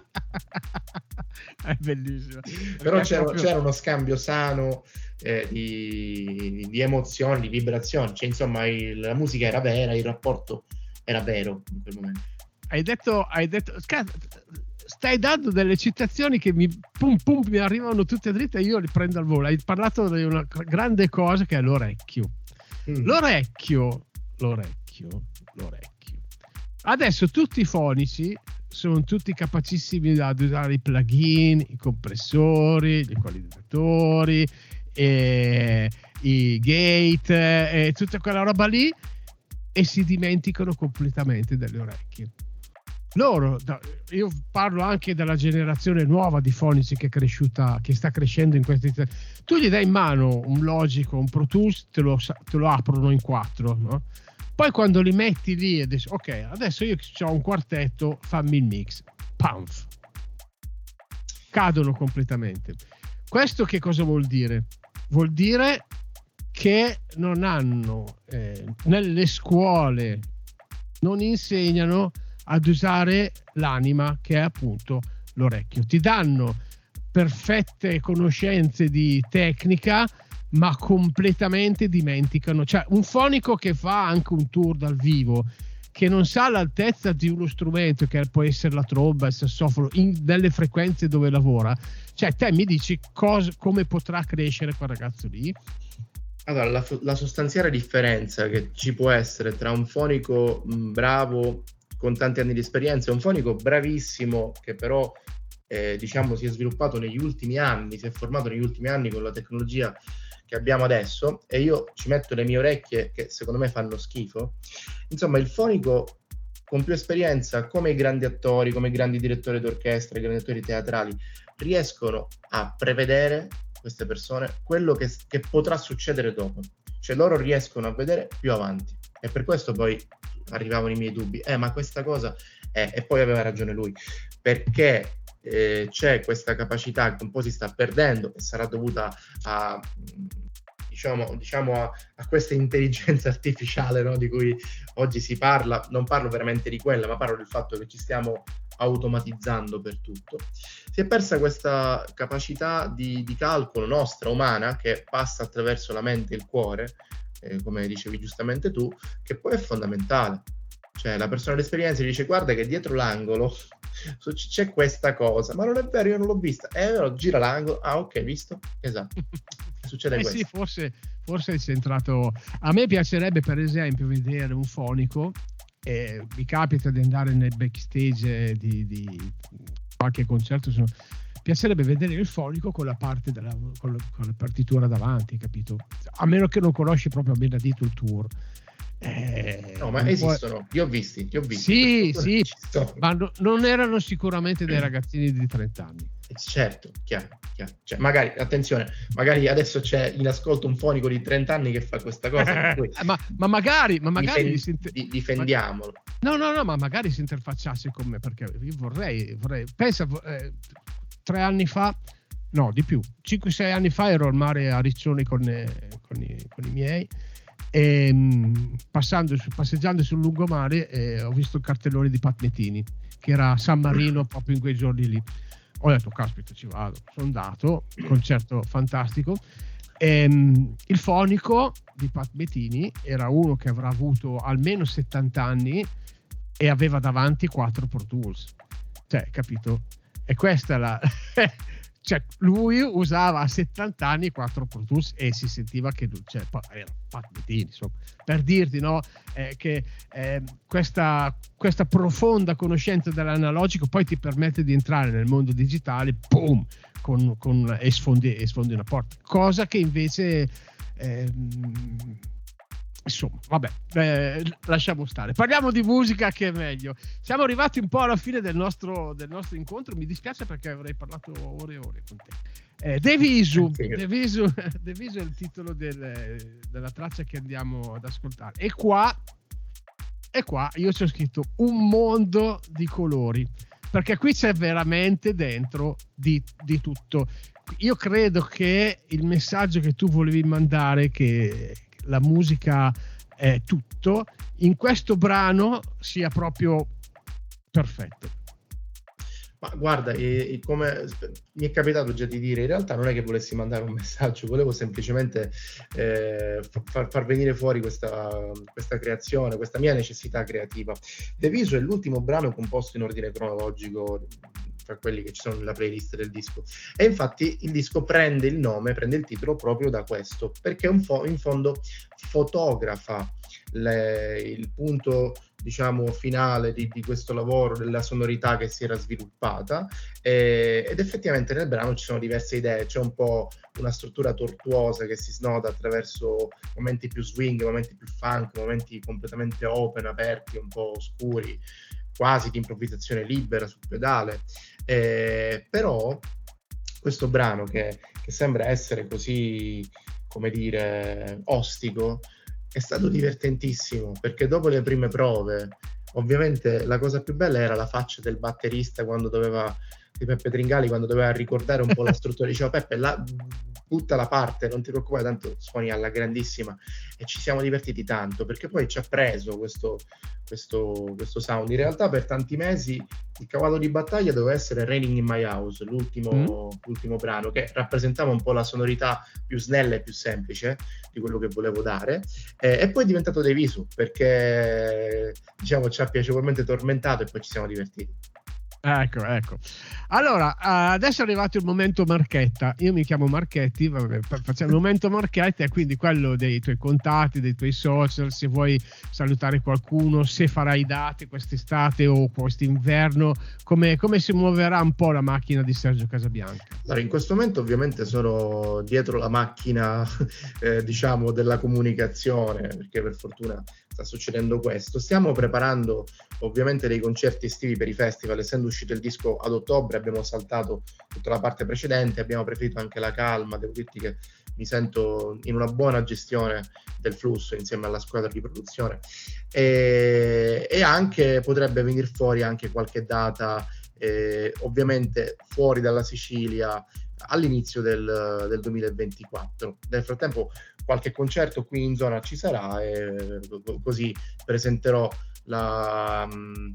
È bellissimo. Però c'era uno scambio sano di emozioni, di vibrazioni, cioè insomma la musica era vera, il rapporto era vero in quel momento. Hai detto stai dando delle citazioni che mi arrivano tutte dritte e io li prendo al volo. Hai parlato di una grande cosa che è l'orecchio. L'orecchio. Adesso tutti i fonici sono tutti capacissimi ad usare i plugin, i compressori, gli equalizzatori, i gate e tutta quella roba lì, e si dimenticano completamente delle orecchie. Io parlo anche della generazione nuova di fonici che sta crescendo in questi. Tu gli dai in mano un Logic o un Pro Tools, te lo aprono in 4, no? Poi quando li metti lì e dici ok, adesso io ho un quartetto, fammi il mix, pamf, cadono completamente. Questo che cosa vuol dire? Vuol dire che non hanno nelle scuole, non insegnano ad usare l'anima, che è appunto l'orecchio. Ti danno perfette conoscenze di tecnica, ma completamente dimenticano. Cioè, un fonico che fa anche un tour dal vivo, che non sa l'altezza di uno strumento, che può essere la tromba, il sassofono, nelle frequenze dove lavora, cioè te mi dici come potrà crescere quel ragazzo lì? Allora, la sostanziale differenza che ci può essere tra un fonico bravo con tanti anni di esperienza e un fonico bravissimo che però si è sviluppato negli ultimi anni, si è formato negli ultimi anni con la tecnologia che abbiamo adesso, e io ci metto le mie orecchie che secondo me fanno schifo. Insomma, il fonico con più esperienza, come i grandi attori, come i grandi direttori d'orchestra, i grandi attori teatrali, riescono a prevedere, queste persone, quello che potrà succedere dopo. Cioè loro riescono a vedere più avanti, e per questo poi arrivavano i miei dubbi, ma questa cosa e poi aveva ragione lui, perché c'è questa capacità che un po' si sta perdendo, e sarà dovuta a diciamo a questa intelligenza artificiale, no, di cui oggi si parla. Non parlo veramente di quella, ma parlo del fatto che ci stiamo automatizzando per tutto. Si è persa questa capacità di calcolo nostra, umana, che passa attraverso la mente e il cuore, come dicevi giustamente tu, che poi è fondamentale. Cioè la persona d'esperienza dice: guarda che dietro l'angolo c'è questa cosa, ma non è vero, io non l'ho vista. Però gira l'angolo, ok, visto? Esatto. Succede questo. Sì, forse è centrato. A me piacerebbe per esempio vedere un fonico, mi capita di andare nel backstage di qualche concerto, piacerebbe vedere il fonico con la parte con la partitura davanti, capito? A meno che non conosci proprio a menadito il tour. No, ma esistono, li ho visti. Sì, ma non erano sicuramente dei ragazzini di 30 anni. Certo, chiaro. Cioè, magari, attenzione, magari adesso c'è in ascolto un fonico di 30 anni che fa questa cosa. Ma magari difendiamolo. No, ma magari si interfacciasse con me, perché io vorrei pensa, 3 anni fa, no, di più, 5-6 anni fa ero al mare a Riccione con i miei, e passeggiando sul lungomare ho visto il cartellone di Pat Metini che era a San Marino proprio in quei giorni lì. Ho detto caspita, ci vado, sono andato, concerto fantastico. Il fonico di Pat Metini era uno che avrà avuto almeno 70 anni e aveva davanti 4 Pro Tools, cioè, capito? E questa è la cioè, lui usava a 70 anni 4 Pro Tools e si sentiva che era Pat Metini, insomma, per dirti, no, che questa profonda conoscenza dell'analogico poi ti permette di entrare nel mondo digitale, boom, e sfondi una porta, cosa che invece insomma, vabbè, lasciamo stare. Parliamo di musica, che è meglio. Siamo arrivati un po' alla fine del nostro incontro. Mi dispiace perché avrei parlato ore e ore con te. Deviso è il titolo della traccia che andiamo ad ascoltare. E qua io ci ho scritto un mondo di colori, perché qui c'è veramente dentro di tutto. Io credo che il messaggio che tu volevi mandare, che la musica è tutto, in questo brano sia proprio perfetto. Ma guarda, come mi è capitato già di dire, in realtà non è che volessi mandare un messaggio, volevo semplicemente far venire fuori questa creazione, questa mia necessità creativa. Deviso è l'ultimo brano composto in ordine cronologico tra quelli che ci sono nella playlist del disco, e infatti il disco prende il titolo proprio da questo, perché in fondo fotografa il punto, diciamo, finale di questo lavoro, della sonorità che si era sviluppata, ed effettivamente nel brano ci sono diverse idee. C'è un po' una struttura tortuosa che si snoda attraverso momenti più swing, momenti più funk, momenti completamente open, aperti, un po' oscuri, quasi di improvvisazione libera sul pedale, però questo brano che sembra essere così, come dire, ostico, è stato divertentissimo, perché dopo le prime prove, ovviamente la cosa più bella era la faccia del batterista di Peppe Tringali, quando doveva ricordare un po' la struttura. Diceva: Peppe, butta la parte, non ti preoccupare, tanto suoni alla grandissima. E ci siamo divertiti tanto, perché poi ci ha preso questo sound. In realtà per tanti mesi il cavallo di battaglia doveva essere Raining in My House, l'ultimo brano, che rappresentava un po' la sonorità più snella e più semplice di quello che volevo dare, e poi è diventato Deviso, perché, diciamo, ci ha piacevolmente tormentato e poi ci siamo divertiti. Ecco. Allora, adesso è arrivato il momento Marchetta. Io mi chiamo Marchetti, facciamo il momento Marchetta, e quindi quello dei tuoi contatti, dei tuoi social, se vuoi salutare qualcuno, se farai date quest'estate o quest'inverno, come si muoverà un po' la macchina di Sergio Casabianca? Allora, in questo momento ovviamente sono dietro la macchina diciamo della comunicazione, perché per fortuna sta succedendo questo. Stiamo preparando ovviamente dei concerti estivi per i festival. Essendo uscito il disco ad ottobre, abbiamo saltato tutta la parte precedente, abbiamo preferito anche la calma. Devo dirti che mi sento in una buona gestione del flusso insieme alla squadra di produzione, e anche potrebbe venire fuori anche qualche data ovviamente fuori dalla Sicilia, all'inizio del 2024. Nel frattempo qualche concerto qui in zona ci sarà e così presenterò la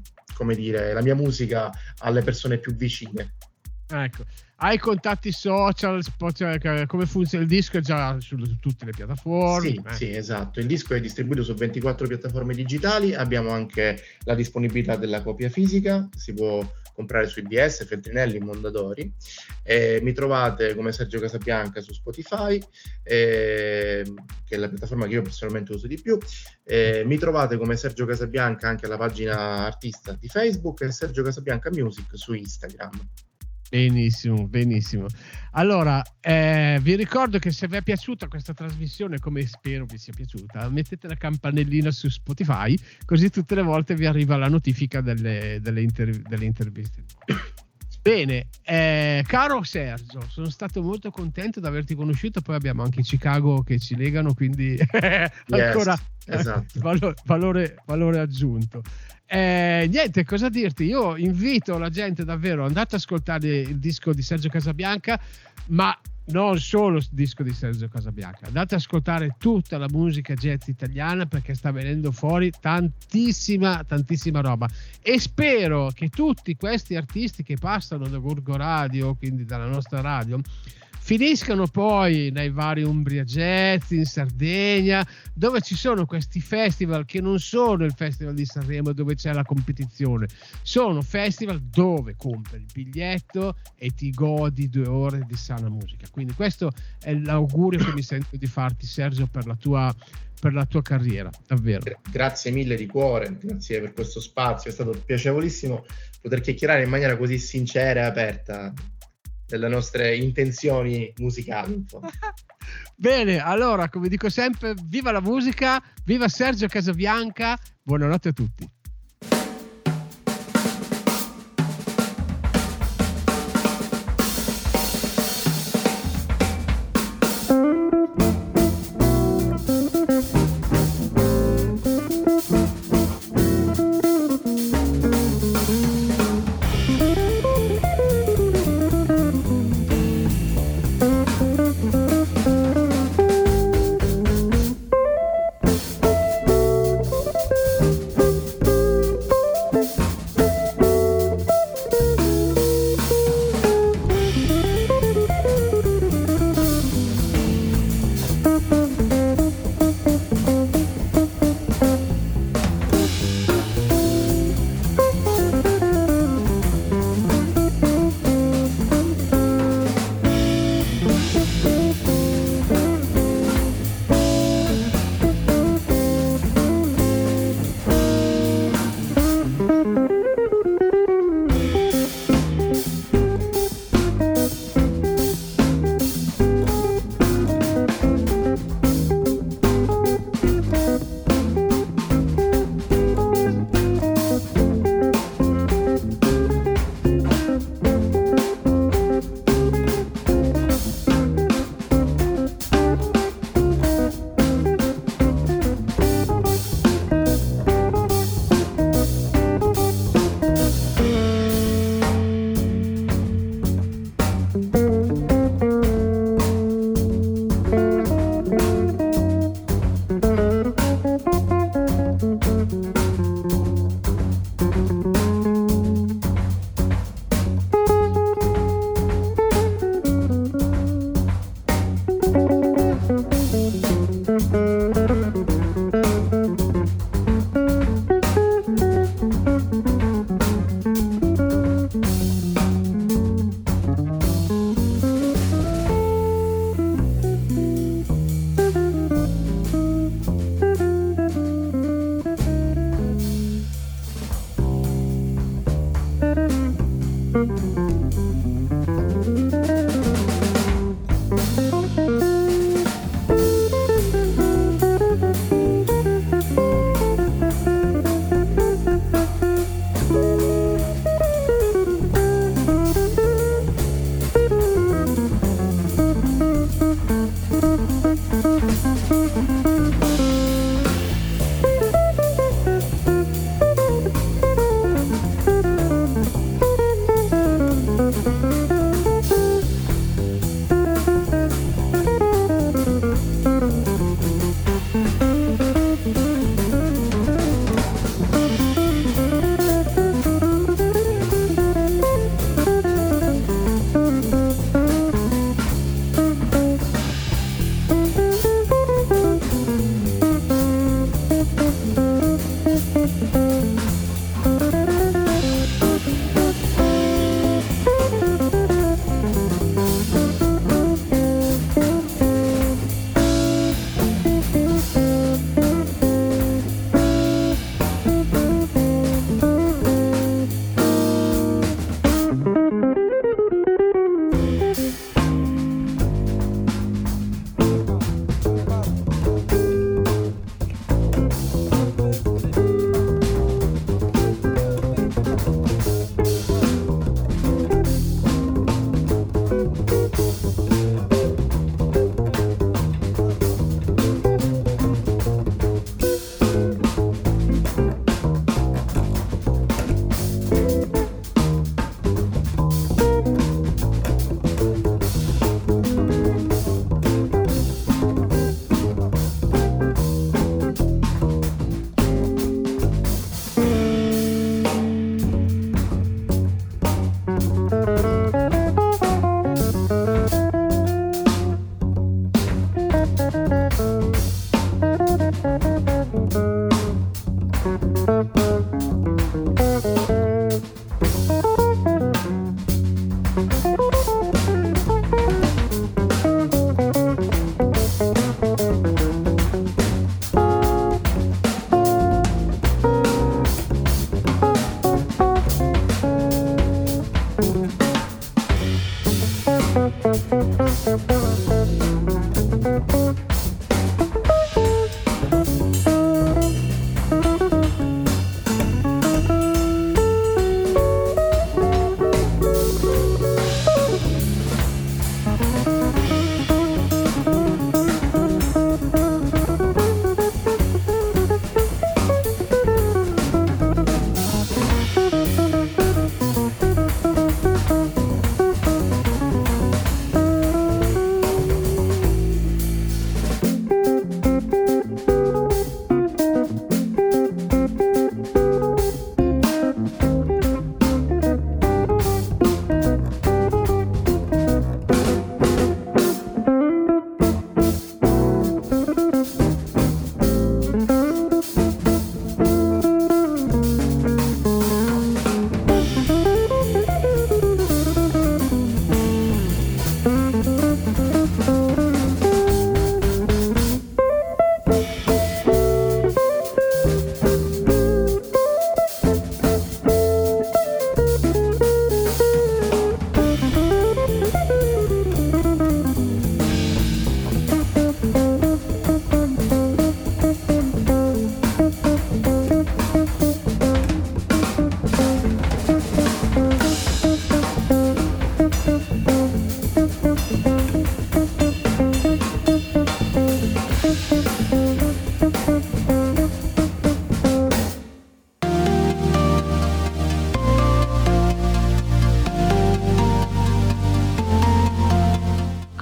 mia musica alle persone più vicine. Ecco, hai contatti social, come funziona il disco? È già su tutte le piattaforme? Sì, esatto. Il disco è distribuito su 24 piattaforme digitali, abbiamo anche la disponibilità della copia fisica, si può comprare su IBS, Feltrinelli, Mondadori. Mi trovate come Sergio Casabianca su Spotify, che è la piattaforma che io personalmente uso di più. Mi trovate come Sergio Casabianca anche alla pagina artista di Facebook e Sergio Casabianca Music su Instagram. Benissimo, benissimo. Allora, vi ricordo che se vi è piaciuta questa trasmissione, come spero vi sia piaciuta, mettete la campanellina su Spotify, così tutte le volte vi arriva la notifica delle interviste. Bene, caro Sergio, sono stato molto contento di averti conosciuto, poi abbiamo anche Chicago che ci legano, quindi ancora esatto. valore aggiunto. Niente, cosa dirti? Io invito la gente davvero, andate ad ascoltare il disco di Sergio Casabianca, ma non solo il disco di Sergio Casabianca, andate ad ascoltare tutta la musica jazz italiana, perché sta venendo fuori tantissima roba, e spero che tutti questi artisti che passano da Gorgo Radio, quindi dalla nostra radio, finiscano poi nei vari Umbria Jazz, in Sardegna, dove ci sono questi festival che non sono il Festival di Sanremo dove c'è la competizione, sono festival dove compri il biglietto e ti godi 2 ore di sana musica. Quindi questo è l'augurio che mi sento di farti, Sergio, per la tua carriera, davvero. Grazie mille di cuore, grazie per questo spazio, è stato piacevolissimo poter chiacchierare in maniera così sincera e aperta delle nostre intenzioni musicali. Bene, allora, come dico sempre, viva la musica, viva Sergio Casabianca, buonanotte a tutti.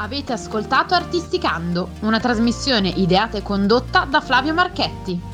Avete ascoltato Artisticando, una trasmissione ideata e condotta da Flavio Marchetti.